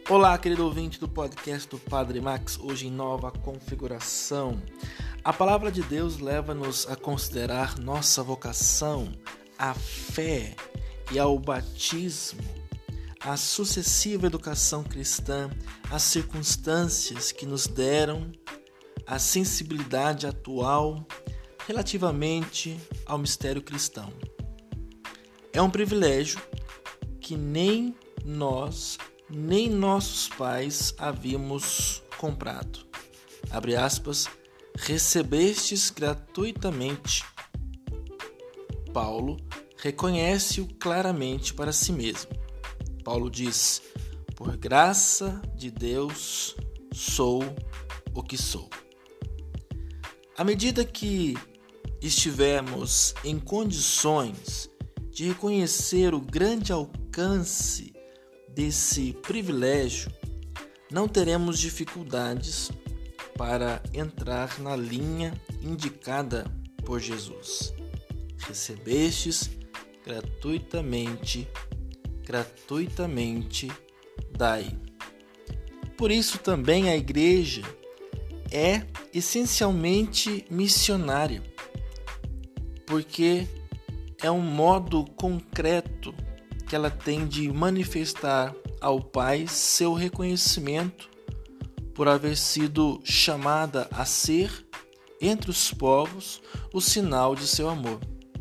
Olá, querido ouvinte do podcast do Padre Max, hoje em nova configuração. A palavra de Deus leva-nos a considerar nossa vocação, a fé e ao batismo, a sucessiva educação cristã, as circunstâncias que nos deram a sensibilidade atual relativamente ao mistério cristão. É um privilégio que nem nós, nem nossos pais havíamos comprado. Abre aspas, recebestes gratuitamente. Paulo reconhece-o claramente para si mesmo. Paulo diz, por graça de Deus sou o que sou. À medida que estivermos em condições de reconhecer o grande alcance desse privilégio, não teremos dificuldades para entrar na linha indicada por Jesus. Recebestes gratuitamente dai. Por isso também a igreja é essencialmente missionária, porque é um modo concreto que ela tem de manifestar ao Pai seu reconhecimento por haver sido chamada a ser, entre os povos, o sinal de seu amor.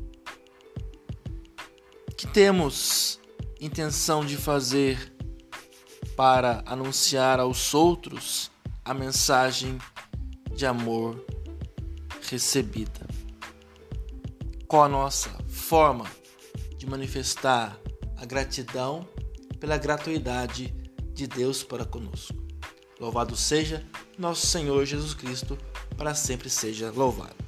Que temos intenção de fazer para anunciar aos outros a mensagem de amor recebida? Qual a nossa forma de manifestar a gratidão pela gratuidade de Deus para conosco? Louvado seja nosso Senhor Jesus Cristo, para sempre seja louvado.